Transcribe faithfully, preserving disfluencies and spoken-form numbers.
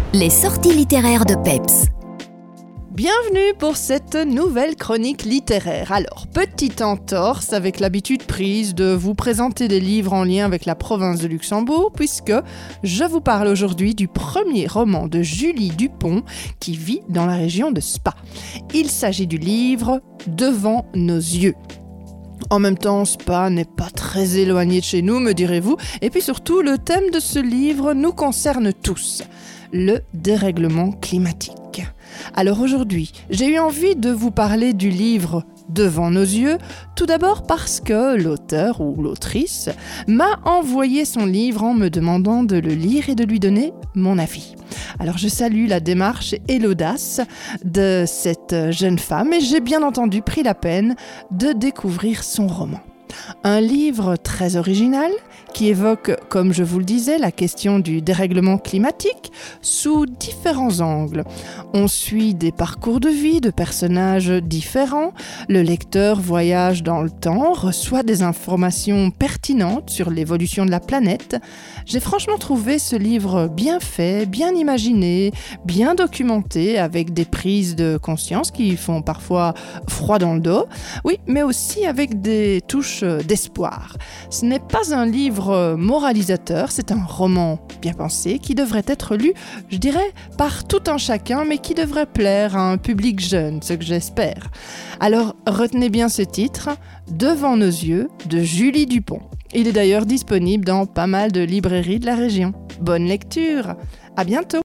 Les sorties littéraires de Peps. Bienvenue pour cette nouvelle chronique littéraire. Alors, petite entorse avec l'habitude prise de vous présenter des livres en lien avec la province de Luxembourg, puisque je vous parle aujourd'hui du premier roman de Julie Dupont qui vit dans la région de Spa. Il s'agit du livre « Devant nos yeux ». En même temps, Spa n'est pas très éloigné de chez nous, me direz-vous, et puis surtout, le thème de ce livre nous concerne tous, le dérèglement climatique. Alors aujourd'hui, j'ai eu envie de vous parler du livre Devant nos yeux, tout d'abord parce que l'auteur ou l'autrice m'a envoyé son livre en me demandant de le lire et de lui donner mon avis. Alors je salue la démarche et l'audace de cette jeune femme et j'ai bien entendu pris la peine de découvrir son roman. Un livre très original qui évoque, comme je vous le disais, la question du dérèglement climatique sous différents angles. On suit des parcours de vie de personnages différents, le lecteur voyage dans le temps, reçoit des informations pertinentes sur l'évolution de la planète. J'ai franchement trouvé ce livre bien fait, bien imaginé, bien documenté, avec des prises de conscience qui font parfois froid dans le dos, oui, mais aussi avec des touches d'espoir. Ce n'est pas un livre moralisateur, c'est un roman bien pensé qui devrait être lu, je dirais, par tout un chacun, mais qui devrait plaire à un public jeune, ce que j'espère. Alors, retenez bien ce titre, Devant nos yeux, de Julie Dupont. Il est d'ailleurs disponible dans pas mal de librairies de la région. Bonne lecture, à bientôt!